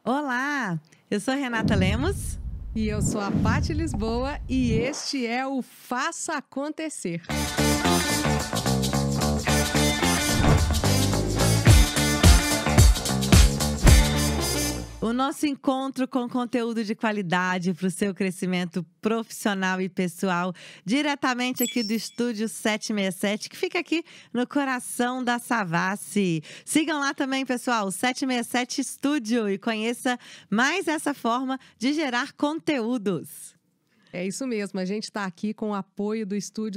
Olá, eu sou Renata Lemos. E eu sou a Paty Lisboa e este é o Faça Acontecer. O nosso encontro com conteúdo de qualidade para o seu crescimento profissional e pessoal, diretamente aqui do Estúdio 767, que fica aqui no coração da Savassi. Sigam lá também, pessoal, 767 Estúdio, e conheça mais essa forma de gerar conteúdos. É isso mesmo, a gente está aqui com o apoio do Estúdio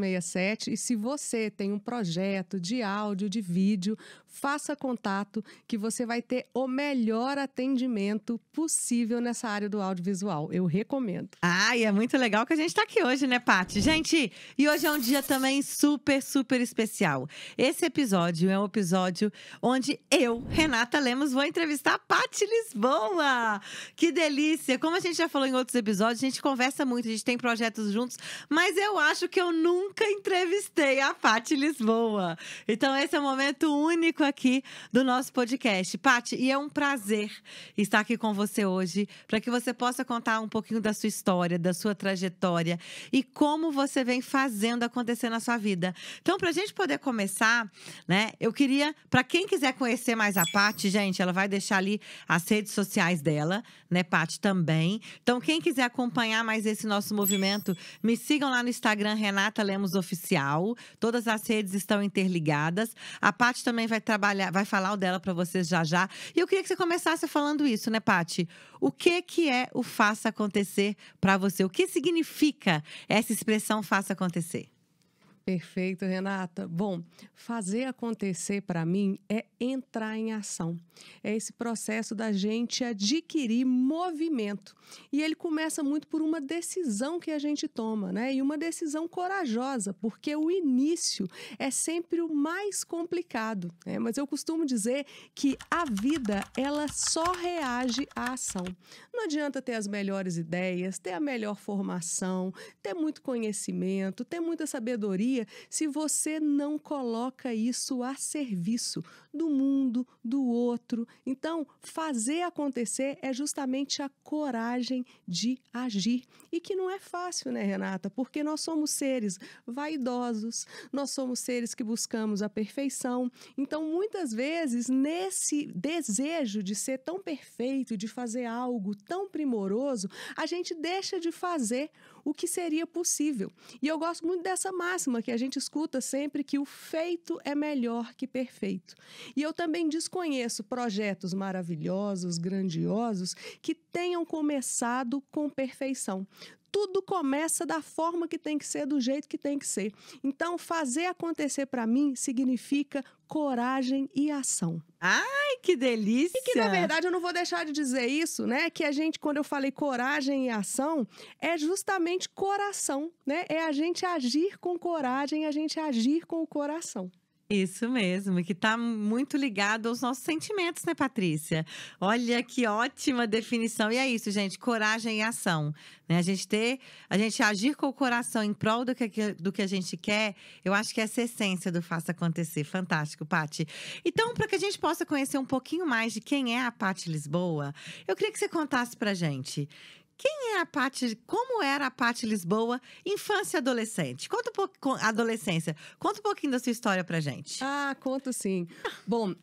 767 e se você tem um projeto de áudio, de vídeo, faça contato que você vai ter o melhor atendimento possível nessa área do audiovisual. Eu recomendo. E é muito legal que a gente está aqui hoje, né, Paty? Gente, e hoje é um dia também super, super especial. Esse episódio é um episódio onde eu, Renata Lemos, vou entrevistar a Paty Lisboa. Que delícia! Como a gente já falou em outros episódios, a gente conversa muito, a gente tem projetos juntos, mas eu acho que eu nunca entrevistei a Paty Lisboa. Então esse é um momento único aqui do nosso podcast. Paty, e é um prazer estar aqui com você hoje, para que você possa contar um pouquinho da sua história, da sua trajetória e como você vem fazendo acontecer na sua vida. Então, para a gente poder começar, né, eu queria, para quem quiser conhecer mais a Paty, gente, ela vai deixar ali as redes sociais dela, né, Paty, também. Então, quem quiser acompanhar mais esse nosso movimento, me sigam lá no Instagram, Renata Lemos Oficial. Todas as redes estão interligadas. A Paty também vai trabalhar, vai falar o dela para vocês já já. E eu queria que você começasse falando isso, né, Paty? O que é o Faça Acontecer para você? O que significa essa expressão Faça Acontecer? Perfeito, Renata. Bom, fazer acontecer para mim é entrar em ação. É esse processo da gente adquirir movimento. E ele começa muito por uma decisão que a gente toma, né? E uma decisão corajosa, porque o início é sempre o mais complicado, né? Mas eu costumo dizer que a vida, ela só reage à ação. Não adianta ter as melhores ideias, ter a melhor formação, ter muito conhecimento, ter muita sabedoria, se você não coloca isso a serviço do mundo, do outro. Então, fazer acontecer é justamente a coragem de agir. E que não é fácil, né, Renata? Porque nós somos seres vaidosos, nós somos seres que buscamos a perfeição. Então, muitas vezes, nesse desejo de ser tão perfeito, de fazer algo tão primoroso, a gente deixa de fazer o que seria possível. E eu gosto muito dessa máxima que a gente escuta sempre, que o feito é melhor que perfeito. E eu também desconheço projetos maravilhosos, grandiosos, que tenham começado com perfeição. Tudo começa da forma que tem que ser, do jeito que tem que ser. Então, fazer acontecer para mim significa coragem e ação. Ai, que delícia! E que, na verdade, eu não vou deixar de dizer isso, né? Que a gente, quando eu falei coragem e ação, é justamente coração, né? É a gente agir com coragem, a gente agir com o coração. Isso mesmo, que está muito ligado aos nossos sentimentos, né, Patrícia? Olha que ótima definição. E é isso, gente, coragem e ação, né? A gente agir com o coração em prol do que a gente quer, eu acho que essa é essa essência do Faça Acontecer. Fantástico, Paty. Então, para que a gente possa conhecer um pouquinho mais de quem é a Paty Lisboa, eu queria que você contasse pra gente. Quem é a Paty? Como era a Paty Lisboa, infância e adolescente? Conta um pouco, adolescência. Conta um pouquinho da sua história pra gente. Conto sim. Bom,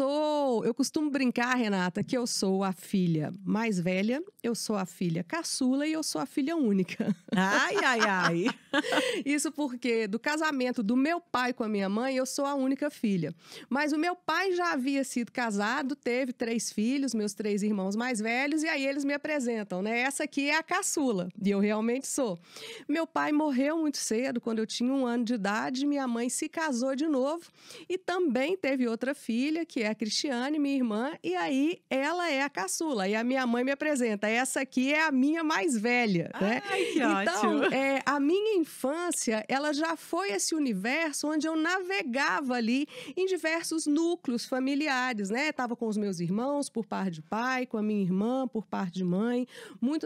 eu costumo brincar, Renata, que eu sou a filha mais velha, eu sou a filha caçula e eu sou a filha única. Ai, ai, ai. Isso porque do casamento do meu pai com a minha mãe, eu sou a única filha. Mas o meu pai já havia sido casado, teve 3 filhos, meus 3 irmãos mais velhos, e aí eles me apresentam, né? Essa aqui é a caçula, e eu realmente sou. Meu pai morreu muito cedo, quando eu tinha 1 ano de idade, minha mãe se casou de novo e também teve outra filha, que é a Cristiane, minha irmã, e aí ela é a caçula. E a minha mãe me apresenta, essa aqui é a minha mais velha, né? Ai, que então, ótimo. a minha infância, ela já foi esse universo onde eu navegava ali em diversos núcleos familiares, né? Tava com os meus irmãos por parte de pai, com a minha irmã por parte de mãe, muito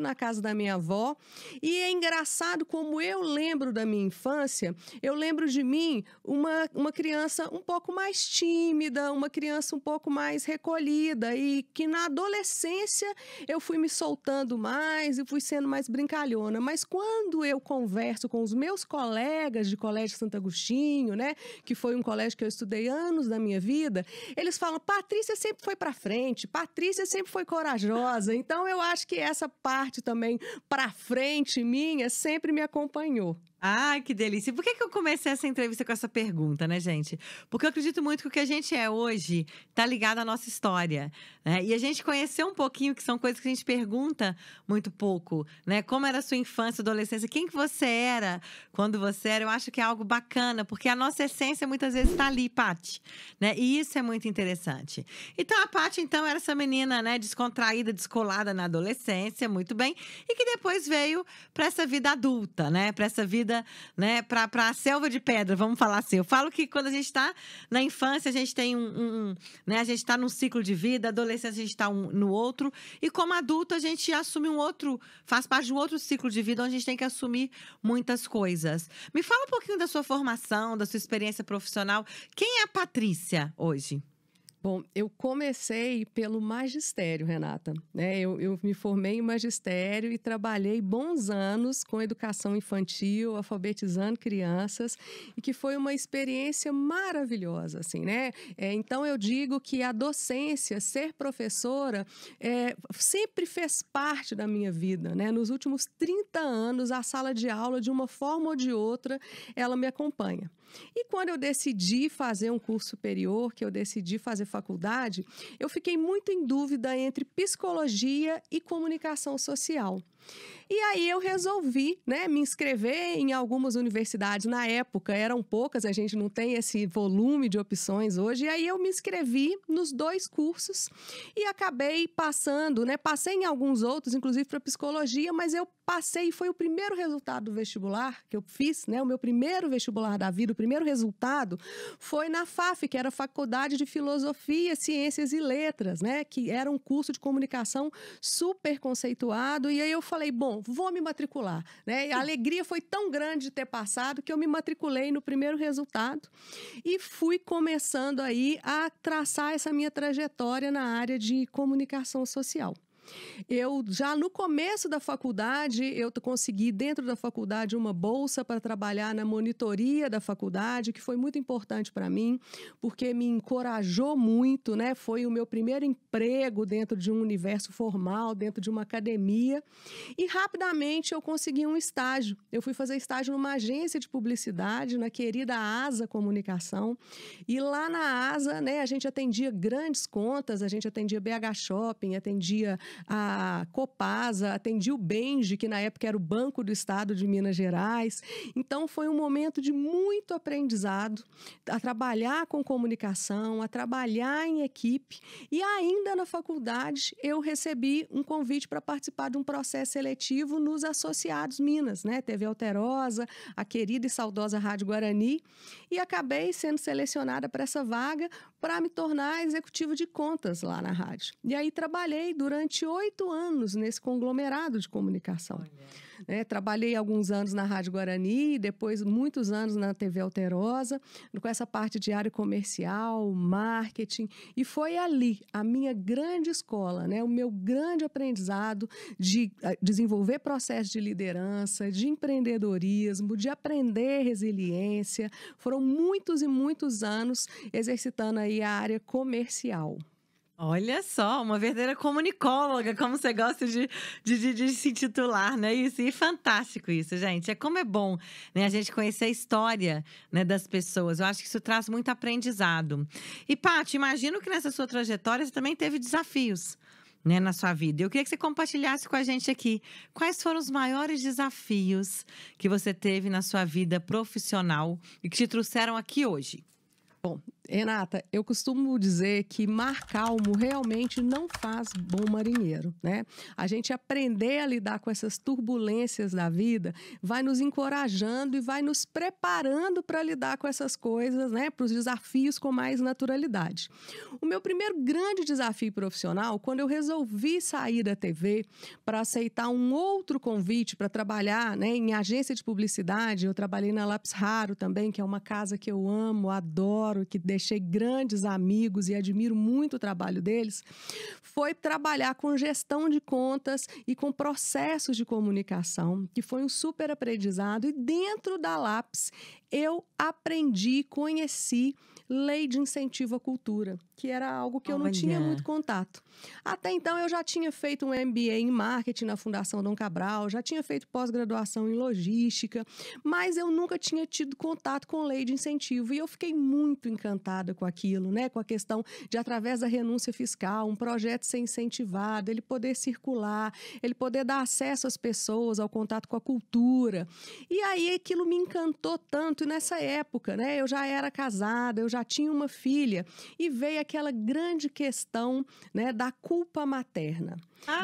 na casa da minha avó. E é engraçado como eu lembro da minha infância, eu lembro de mim uma criança um pouco mais tímida, uma criança um pouco mais recolhida e que na adolescência eu fui me soltando mais e fui sendo mais brincalhona. Mas quando eu converso com os meus colegas de Colégio Santo Agostinho, né, que foi um colégio que eu estudei anos da minha vida, eles falam: Patrícia sempre foi para frente, Patrícia sempre foi corajosa. Então eu acho que essa parte também para frente minha sempre me acompanhou. Ai, que delícia. E por que eu comecei essa entrevista com essa pergunta, né, gente? Porque eu acredito muito que o que a gente é hoje tá ligado à nossa história, né? E a gente conheceu um pouquinho, que são coisas que a gente pergunta muito pouco, né? Como era a sua infância, adolescência, quem que você era quando você era? Eu acho que é algo bacana, porque a nossa essência muitas vezes tá ali, Paty, né? E isso é muito interessante. Então, a Paty, então, era essa menina, né, descontraída, descolada na adolescência, muito bem, e que depois veio para essa vida adulta, né? Para essa vida, né, para a selva de pedra, vamos falar assim. Eu falo que quando a gente está na infância, a gente tem né, a gente está num ciclo de vida, adolescência a gente está no outro, e como adulto a gente assume um outro, faz parte de um outro ciclo de vida onde a gente tem que assumir muitas coisas. Me fala um pouquinho da sua formação, da sua experiência profissional. Quem é a Patrícia hoje? Bom, eu comecei pelo magistério, Renata, né? Eu me formei em magistério e trabalhei bons anos com educação infantil, alfabetizando crianças, e que foi uma experiência maravilhosa, assim, né? Então, eu digo que a docência, ser professora, sempre fez parte da minha vida, né? Nos últimos 30 anos, a sala de aula, de uma forma ou de outra, ela me acompanha. E quando eu decidi fazer um curso superior, que eu decidi fazer faculdade, eu fiquei muito em dúvida entre psicologia e comunicação social. E aí eu resolvi, né, me inscrever em algumas universidades. Na época eram poucas, a gente não tem esse volume de opções hoje. E aí eu me inscrevi nos 2 cursos e acabei passando, né? Passei em alguns outros, inclusive para psicologia, mas eu passei e foi o primeiro resultado do vestibular que eu fiz, né? O meu primeiro vestibular da vida, o primeiro resultado foi na FAF, que era a Faculdade de Filosofia, Ciências e Letras, né? Que era um curso de comunicação super conceituado. E aí eu falei, bom, vou me matricular, né? E a alegria foi tão grande de ter passado que eu me matriculei no primeiro resultado e fui começando aí a traçar essa minha trajetória na área de comunicação social. Eu já no começo da faculdade, eu consegui dentro da faculdade uma bolsa para trabalhar na monitoria da faculdade, que foi muito importante para mim, porque me encorajou muito, né? Foi o meu primeiro emprego dentro de um universo formal, dentro de uma academia, e rapidamente eu consegui um estágio. Eu fui fazer estágio numa agência de publicidade, na querida ASA Comunicação, e lá na ASA, né, a gente atendia grandes contas, a gente atendia BH Shopping, atendia a Copasa, atendi o Benji, que na época era o Banco do Estado de Minas Gerais. Então, foi um momento de muito aprendizado, a trabalhar com comunicação, a trabalhar em equipe. E ainda na faculdade, eu recebi um convite para participar de um processo seletivo nos Associados Minas, né? TV Alterosa, a querida e saudosa Rádio Guarani. E acabei sendo selecionada para essa vaga para me tornar executivo de contas lá na rádio. E aí trabalhei durante 8 anos nesse conglomerado de comunicação. Trabalhei alguns anos na Rádio Guarani, depois muitos anos na TV Alterosa, com essa parte de área comercial, marketing, e foi ali a minha grande escola, né? O meu grande aprendizado de desenvolver processos de liderança, de empreendedorismo, de aprender resiliência. Foram muitos e muitos anos exercitando aí a área comercial. Olha só, uma verdadeira comunicóloga, como você gosta de se intitular, né? Isso, e fantástico isso, gente. Como é bom, né, a gente conhecer a história, né, das pessoas. Eu acho que isso traz muito aprendizado. E, Paty, imagino que nessa sua trajetória você também teve desafios, né, na sua vida. Eu queria que você compartilhasse com a gente aqui quais foram os maiores desafios que você teve na sua vida profissional e que te trouxeram aqui hoje. Bom, Renata, eu costumo dizer que mar calmo realmente não faz bom marinheiro, né? A gente aprender a lidar com essas turbulências da vida vai nos encorajando e vai nos preparando para lidar com essas coisas, né? Para os desafios com mais naturalidade. O meu primeiro grande desafio profissional, quando eu resolvi sair da TV para aceitar um outro convite para trabalhar, né, em agência de publicidade, eu trabalhei na Lápis Raro também, que é uma casa que eu amo, adoro, que deixei grandes amigos e admiro muito o trabalho deles, foi trabalhar com gestão de contas e com processos de comunicação, que foi um super aprendizado. E dentro da Lápis, eu aprendi, conheci lei de incentivo à cultura, que era algo que eu não tinha muito contato. Até então, eu já tinha feito um MBA em marketing na Fundação Dom Cabral, já tinha feito pós-graduação em logística, mas eu nunca tinha tido contato com lei de incentivo. E eu fiquei muito encantada com aquilo, né? Com a questão de, através da renúncia fiscal, um projeto ser incentivado, ele poder circular, ele poder dar acesso às pessoas, ao contato com a cultura. E aí, aquilo me encantou tanto. E nessa época, né? Eu já era casada, eu já tinha uma filha, e veio aquela grande questão, né, da culpa materna.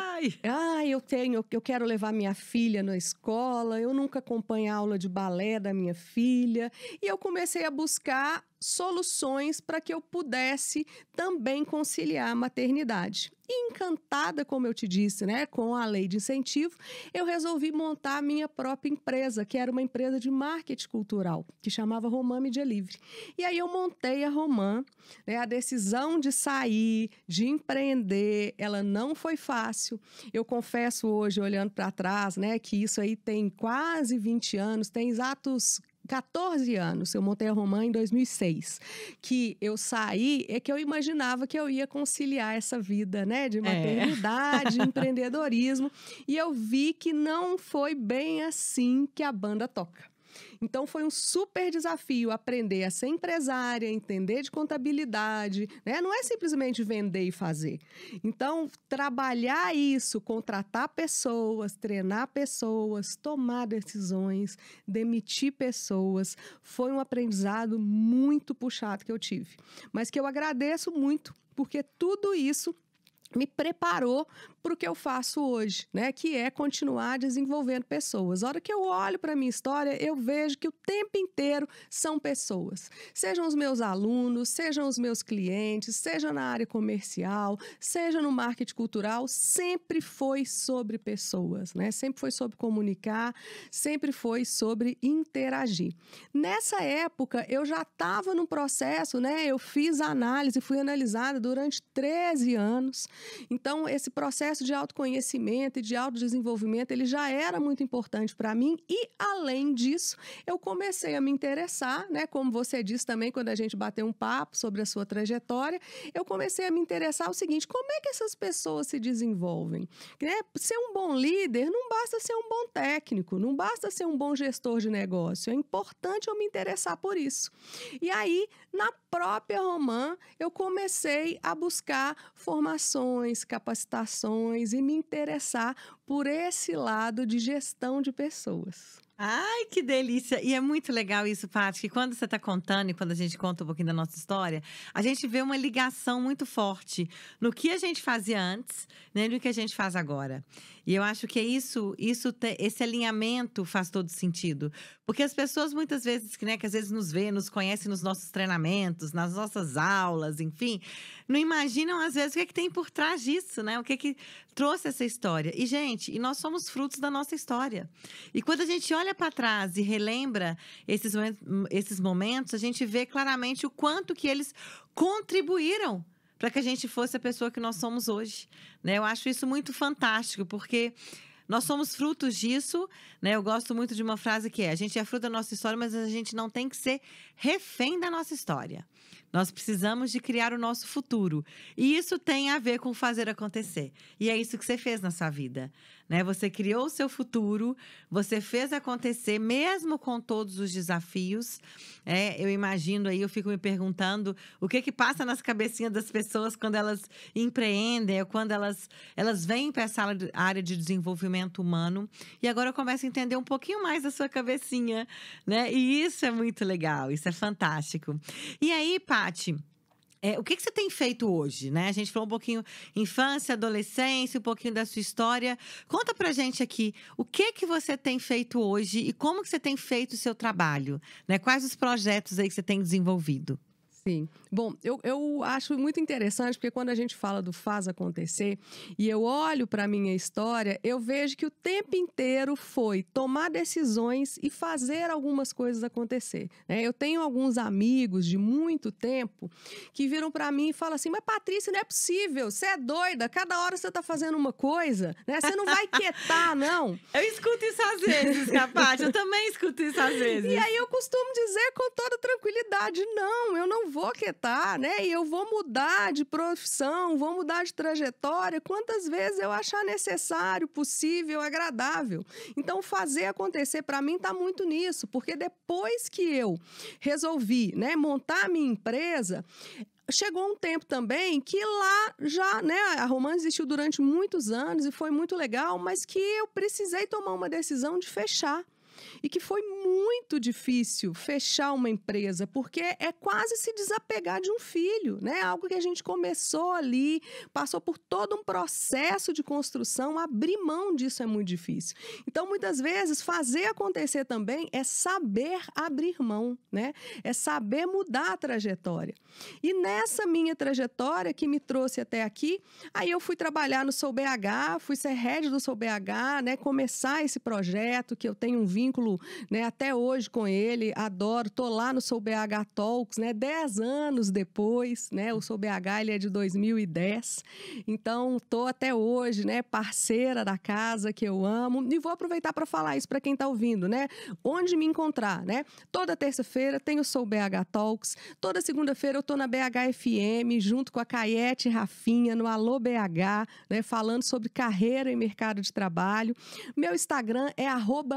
Eu quero levar minha filha na escola, eu nunca acompanhei a aula de balé da minha filha, e eu comecei a buscar soluções para que eu pudesse também conciliar a maternidade. E encantada, como eu te disse, né, com a lei de incentivo, eu resolvi montar a minha própria empresa, que era uma empresa de marketing cultural, que chamava Romã Mídia Livre. E aí eu montei a Romã, né, a decisão de sair, de empreender, ela não foi fácil. Eu confesso hoje, olhando para trás, né, que isso aí tem quase 20 anos, tem exatos 14 anos, eu montei a Romã em 2006, que eu saí, é que eu imaginava que eu ia conciliar essa vida, né, de maternidade, empreendedorismo, e eu vi que não foi bem assim que a banda toca. Então, foi um super desafio aprender a ser empresária, entender de contabilidade, né? Não é simplesmente vender e fazer. Então, trabalhar isso, contratar pessoas, treinar pessoas, tomar decisões, demitir pessoas, foi um aprendizado muito puxado que eu tive. Mas que eu agradeço muito, porque tudo isso me preparou para o que eu faço hoje, né? Que é continuar desenvolvendo pessoas. A hora que eu olho para a minha história, eu vejo que o tempo inteiro são pessoas. Sejam os meus alunos, sejam os meus clientes, seja na área comercial, seja no marketing cultural, sempre foi sobre pessoas, né? Sempre foi sobre comunicar, sempre foi sobre interagir. Nessa época, eu já estava num processo, né? Eu fiz a análise, fui analisada durante 13 anos. Então, esse processo de autoconhecimento e de autodesenvolvimento, ele já era muito importante para mim e, além disso, eu comecei a me interessar, né? Como você disse também, quando a gente bateu um papo sobre a sua trajetória, eu comecei a me interessar o seguinte, como é que essas pessoas se desenvolvem? Né? Ser um bom líder não basta ser um bom técnico, não basta ser um bom gestor de negócio, é importante eu me interessar por isso. E aí, na própria Romã, eu comecei a buscar formações, capacitações e me interessar por esse lado de gestão de pessoas. Ai, que delícia! E é muito legal isso, Paty, que quando você está contando e quando a gente conta um pouquinho da nossa história, a gente vê uma ligação muito forte no que a gente fazia antes, né, e no que a gente faz agora. E eu acho que esse alinhamento faz todo sentido. Porque as pessoas muitas vezes, né, que às vezes nos vê, nos conhecem nos nossos treinamentos, nas nossas aulas, enfim, não imaginam às vezes o que é que tem por trás disso, né? O que é que trouxe essa história. E, gente, nós somos frutos da nossa história. E quando a gente olha para trás e relembra esses momentos, a gente vê claramente o quanto que eles contribuíram para que a gente fosse a pessoa que nós somos hoje, né? Eu acho isso muito fantástico, porque nós somos frutos disso, né? Eu gosto muito de uma frase que é: a gente é fruto da nossa história, mas a gente não tem que ser refém da nossa história. Nós precisamos de criar o nosso futuro. E isso tem a ver com fazer acontecer. E é isso que você fez na sua vida, né? Você criou o seu futuro, você fez acontecer, mesmo com todos os desafios. Eu imagino aí, eu fico me perguntando o que passa nas cabecinhas das pessoas quando elas empreendem, ou quando elas vêm para essa área de desenvolvimento humano. E agora eu começo a entender um pouquinho mais da sua cabecinha, né? E isso é muito legal, isso é fantástico. E aí, Paty, Paty, o que você tem feito hoje, né? A gente falou um pouquinho infância, adolescência, um pouquinho da sua história. Conta pra gente aqui, o que você tem feito hoje e como que você tem feito o seu trabalho, né? Quais os projetos aí que você tem desenvolvido? Sim. Bom, eu acho muito interessante, porque quando a gente fala do faz acontecer, e eu olho para a minha história, eu vejo que o tempo inteiro foi tomar decisões e fazer algumas coisas acontecer, né? Eu tenho alguns amigos de muito tempo que viram para mim e falam assim, mas Patrícia, não é possível, você é doida, cada hora você está fazendo uma coisa, né? Você não vai quietar, não. Eu escuto isso às vezes, Paty, eu também escuto isso às vezes. E aí eu costumo dizer com toda tranquilidade, não, eu não vou quietar, né? E eu vou mudar de profissão, vou mudar de trajetória quantas vezes eu achar necessário, possível, agradável. Então, fazer acontecer para mim está muito nisso, porque depois que eu resolvi, né, montar a minha empresa, chegou um tempo também que lá já, né, a Roman existiu durante muitos anos e foi muito legal, mas que eu precisei tomar uma decisão de fechar. E que foi muito difícil fechar uma empresa, porque é quase se desapegar de um filho, né? Algo que a gente começou ali, passou por todo um processo de construção, abrir mão disso é muito difícil. Então, muitas vezes, fazer acontecer também é saber abrir mão, né? É saber mudar a trajetória. E nessa minha trajetória que me trouxe até aqui, aí eu fui trabalhar no Sou BH, fui ser head do Sou BH, né? Começar esse projeto que eu tenho um vínculo, né, até hoje com ele, adoro, tô lá no Sou BH Talks, né, 10 anos depois, né, o Sou BH ele é de 2010, então tô até hoje, né, parceira da casa que eu amo, e vou aproveitar para falar isso para quem tá ouvindo, né, onde me encontrar, né, toda terça-feira tem o Sou BH Talks, toda segunda-feira eu tô na BH FM, junto com a Caiete e Rafinha, no Alô BH, né, falando sobre carreira e mercado de trabalho. Meu Instagram é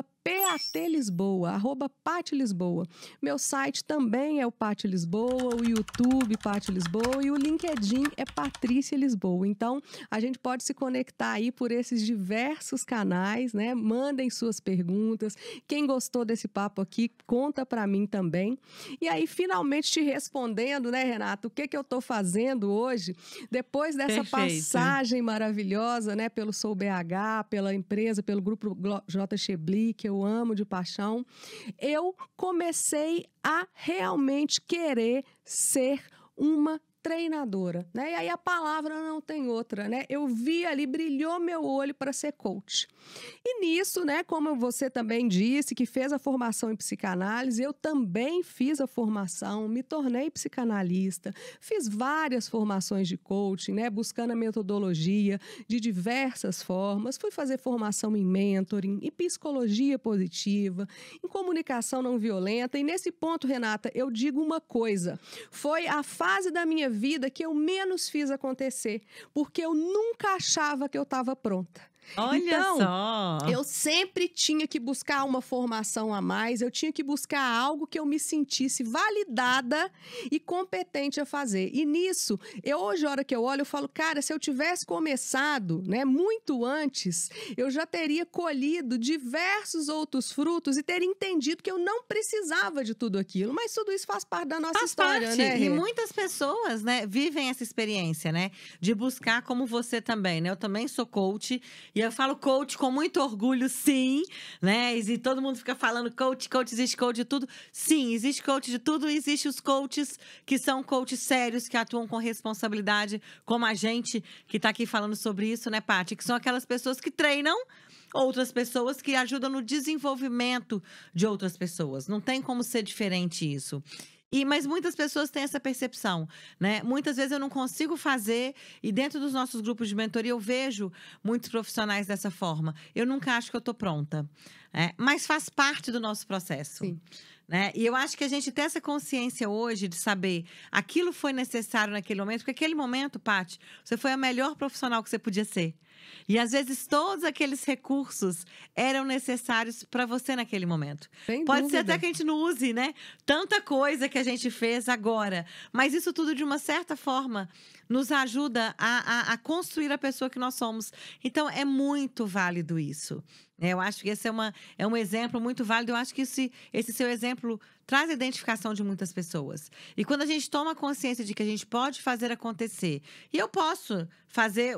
@PATLisboa, @PatiLisboa. Meu site também é o Pati Lisboa, o YouTube Pati Lisboa e o LinkedIn é Patrícia Lisboa. Então, a gente pode se conectar aí por esses diversos canais, né? Mandem suas perguntas. Quem gostou desse papo aqui, conta para mim também. E aí, finalmente te respondendo, né, Renato, o que eu tô fazendo hoje, depois dessa passagem maravilhosa, né, pelo Sou BH, pela empresa, pelo grupo J. Chebli, que eu amo de paixão, eu comecei a realmente querer ser uma treinadora, né? E aí a palavra não tem outra, né? Eu vi ali, brilhou meu olho para ser coach. E nisso, né, como você também disse, que fez a formação em psicanálise, eu também fiz a formação, me tornei psicanalista, fiz várias formações de coaching, né, buscando a metodologia de diversas formas, fui fazer formação em mentoring, em psicologia positiva, em comunicação não violenta, e nesse ponto, Renata, eu digo uma coisa, foi a fase da minha vida que eu menos fiz acontecer, porque eu nunca achava que eu estava pronta. Olha então, só! Eu sempre tinha que buscar uma formação a mais, eu tinha que buscar algo que eu me sentisse validada e competente a fazer. E nisso, hoje, a hora que eu olho, eu falo, cara, se eu tivesse começado, né, muito antes, eu já teria colhido diversos outros frutos e teria entendido que eu não precisava de tudo aquilo. Mas tudo isso faz parte da nossa história, parte, né? E muitas pessoas, né, vivem essa experiência, né, de buscar como você também, né? Eu também sou coach. E eu falo coach com muito orgulho, sim, né? E todo mundo fica falando coach, existe coach de tudo. Sim, existe coach de tudo. E existe os coaches que são coaches sérios, que atuam com responsabilidade, como a gente que tá aqui falando sobre isso, né, Paty? Que são aquelas pessoas que treinam outras pessoas, que ajudam no desenvolvimento de outras pessoas. Não tem como ser diferente isso. Mas muitas pessoas têm essa percepção, né? Muitas vezes eu não consigo fazer, e dentro dos nossos grupos de mentoria eu vejo muitos profissionais dessa forma. Eu nunca acho que eu estou pronta, mas faz parte do nosso processo. Sim. Né? E eu acho que a gente tem essa consciência hoje de saber aquilo foi necessário naquele momento, porque aquele momento, Paty, você foi a melhor profissional que você podia ser. E às vezes todos aqueles recursos eram necessários para você naquele momento. Sem Pode dúvida. ser até que a gente não use, né? Tanta coisa que a gente fez agora. Mas isso tudo, de uma certa forma, nos ajuda a construir a pessoa que nós somos. Então, é muito válido isso. Eu acho que esse é um exemplo muito válido. Eu acho que esse seu exemplo traz a identificação de muitas pessoas. E quando a gente toma consciência de que a gente pode fazer acontecer, e eu posso fazer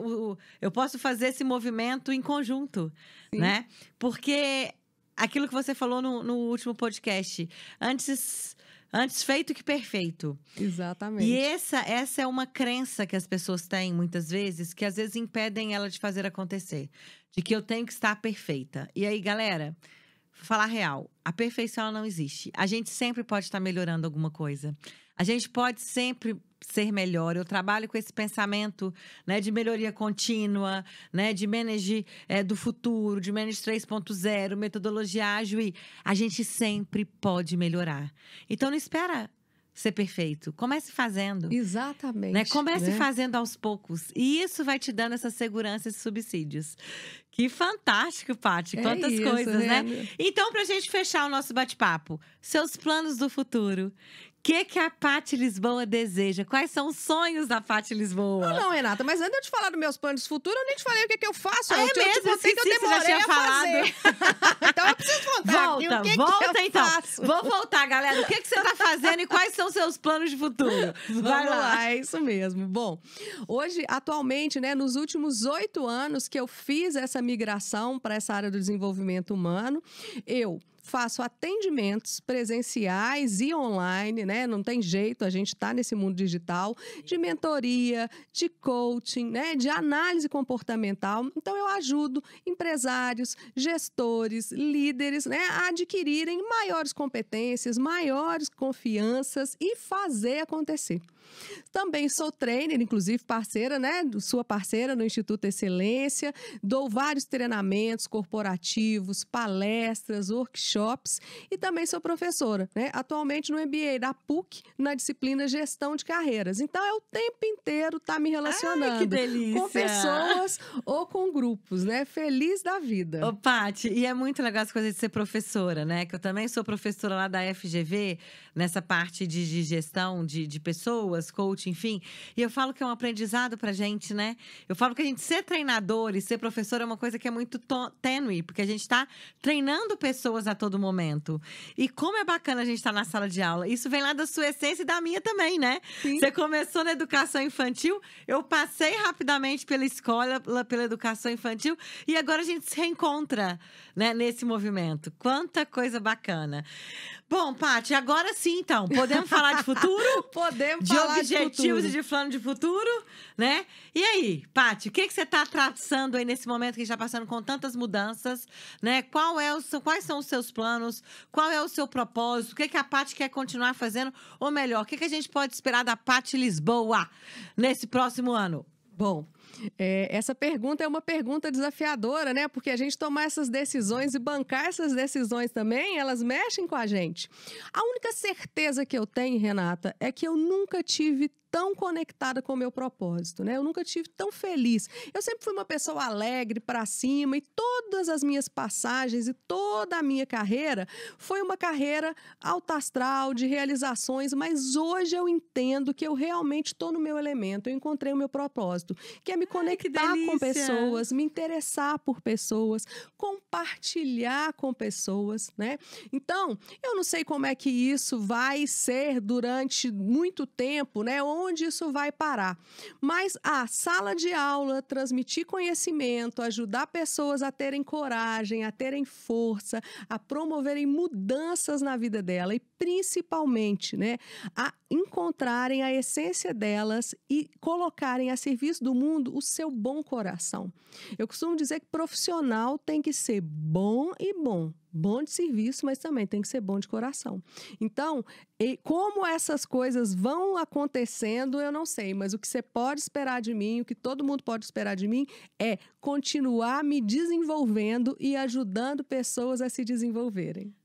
esse movimento em conjunto, Sim. né? Porque aquilo que você falou no último podcast, antes feito que perfeito. Exatamente. E essa é uma crença que as pessoas têm, muitas vezes, que às vezes impedem ela de fazer acontecer. De que eu tenho que estar perfeita. E aí, galera, falar real, a perfeição ela não existe. A gente sempre pode estar melhorando alguma coisa. A gente pode sempre ser melhor. Eu trabalho com esse pensamento, né, de melhoria contínua, né, de manage do futuro, de manage 3.0, metodologia ágil. E a gente sempre pode melhorar. Então, não espera ser perfeito. Comece fazendo. Exatamente. Né? Comece né? fazendo aos poucos. E isso vai te dando essa segurança, esses subsídios. Que fantástico, Paty. Quantas isso, coisas, né? Rê. Então, pra gente fechar o nosso bate-papo, seus planos do futuro. O que a Paty Lisboa deseja? Quais são os sonhos da Paty Lisboa? Não, Renata, mas antes de eu te falar dos meus planos futuros, eu nem te falei o que eu faço. Ah, é eu te mesmo? contei que eu Esqueci, você já demorei tinha a fazer. Então eu preciso contar aqui o que volta eu então. faço. Vou voltar, galera. O que você tá fazendo e quais são seus planos de futuro? Vai lá. É isso mesmo. Bom, hoje, atualmente, né, nos últimos 8 anos que eu fiz essa migração para essa área do desenvolvimento humano, eu faço atendimentos presenciais e online, né? Não tem jeito, a gente está nesse mundo digital, de mentoria, de coaching, né? De análise comportamental. Então, eu ajudo empresários, gestores, líderes, né? A adquirirem maiores competências, maiores confianças e fazer acontecer. Também sou trainer, inclusive parceira, né? Sua parceira no Instituto Excelência. Dou vários treinamentos corporativos, palestras, workshops e também sou professora, né? Atualmente no MBA da PUC, na disciplina Gestão de Carreiras. Então, é o tempo inteiro tá me relacionando. Ai, que delícia! Com pessoas ou com grupos, né? Feliz da vida. Ô, Paty, e é muito legal as coisas de ser professora, né? Que eu também sou professora lá da FGV, nessa parte de gestão de pessoas, coach, enfim. E eu falo que é um aprendizado pra gente, né? Eu falo que a gente ser treinador e ser professor é uma coisa que é muito tênue, porque a gente tá treinando pessoas a todo momento. E como é bacana a gente estar na sala de aula. Isso vem lá da sua essência e da minha também, né? Sim. Você começou na educação infantil, eu passei rapidamente pela escola, pela educação infantil, e agora a gente se reencontra, né, nesse movimento. Quanta coisa bacana. Bom, Paty, agora sim, então. Podemos falar de futuro? Podemos De falar objetivos de e de plano de futuro, né? E aí, Paty, o que você está traçando aí nesse momento que a gente está passando com tantas mudanças, né? Quais são os seus planos? Qual é o seu propósito? O que a Paty quer continuar fazendo? Ou melhor, o que a gente pode esperar da Paty Lisboa nesse próximo ano? Bom, essa pergunta é uma pergunta desafiadora, né? Porque a gente tomar essas decisões e bancar essas decisões também, elas mexem com a gente. A única certeza que eu tenho, Renata, é que eu nunca tive tão conectada com o meu propósito, né? Eu nunca tive tão feliz. Eu sempre fui uma pessoa alegre, pra cima, e todas as minhas passagens e toda a minha carreira foi uma carreira alta astral, de realizações, mas hoje eu entendo que eu realmente estou no meu elemento, eu encontrei o meu propósito, que é me conectar com pessoas, me interessar por pessoas, compartilhar com pessoas, né? Então, eu não sei como é que isso vai ser durante muito tempo, né? Onde isso vai parar. Mas a sala de aula, transmitir conhecimento, ajudar pessoas a terem coragem, a terem força, a promoverem mudanças na vida dela e principalmente, né, a encontrarem a essência delas e colocarem a serviço do mundo o seu bom coração. Eu costumo dizer que profissional tem que ser bom e bom. Bom de serviço, mas também tem que ser bom de coração. Então, como essas coisas vão acontecendo, eu não sei. Mas o que você pode esperar de mim, o que todo mundo pode esperar de mim, é continuar me desenvolvendo e ajudando pessoas a se desenvolverem. Ah,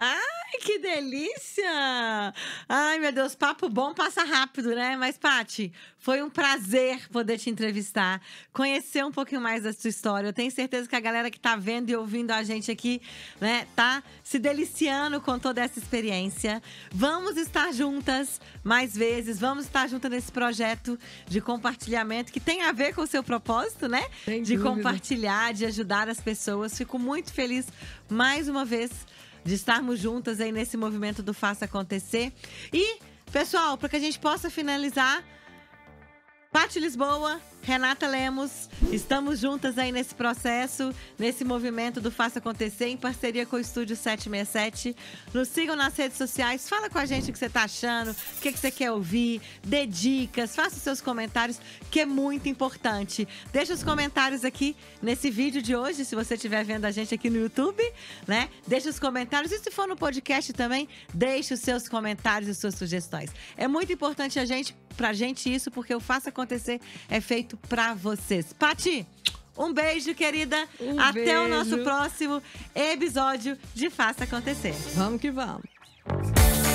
Ai, que delícia! Ai, meu Deus, papo bom passa rápido, né? Mas, Paty, foi um prazer poder te entrevistar, conhecer um pouquinho mais da sua história. Eu tenho certeza que a galera que tá vendo e ouvindo a gente aqui, né, tá se deliciando com toda essa experiência. Vamos estar juntas mais vezes, vamos estar juntas nesse projeto de compartilhamento que tem a ver com o seu propósito, né? Sem de dúvida. compartilhar, de ajudar as pessoas. Fico muito feliz, mais uma vez, de estarmos juntas aí nesse movimento do Faça Acontecer. E, pessoal, para que a gente possa finalizar, Paty Lisboa, Renata Lemos, estamos juntas aí nesse processo, nesse movimento do Faça Acontecer, em parceria com o Estúdio 767. Nos sigam nas redes sociais, fala com a gente o que você tá achando, o que você quer ouvir, dê dicas, faça os seus comentários, que é muito importante. Deixa os comentários aqui nesse vídeo de hoje, se você estiver vendo a gente aqui no YouTube, né? Deixa os comentários, e se for no podcast também, deixe os seus comentários e suas sugestões. É muito importante pra gente isso, porque o Faça Acontecer é feito pra vocês. Paty, um beijo, querida. Até o nosso próximo episódio de Faça Acontecer. Vamos que vamos.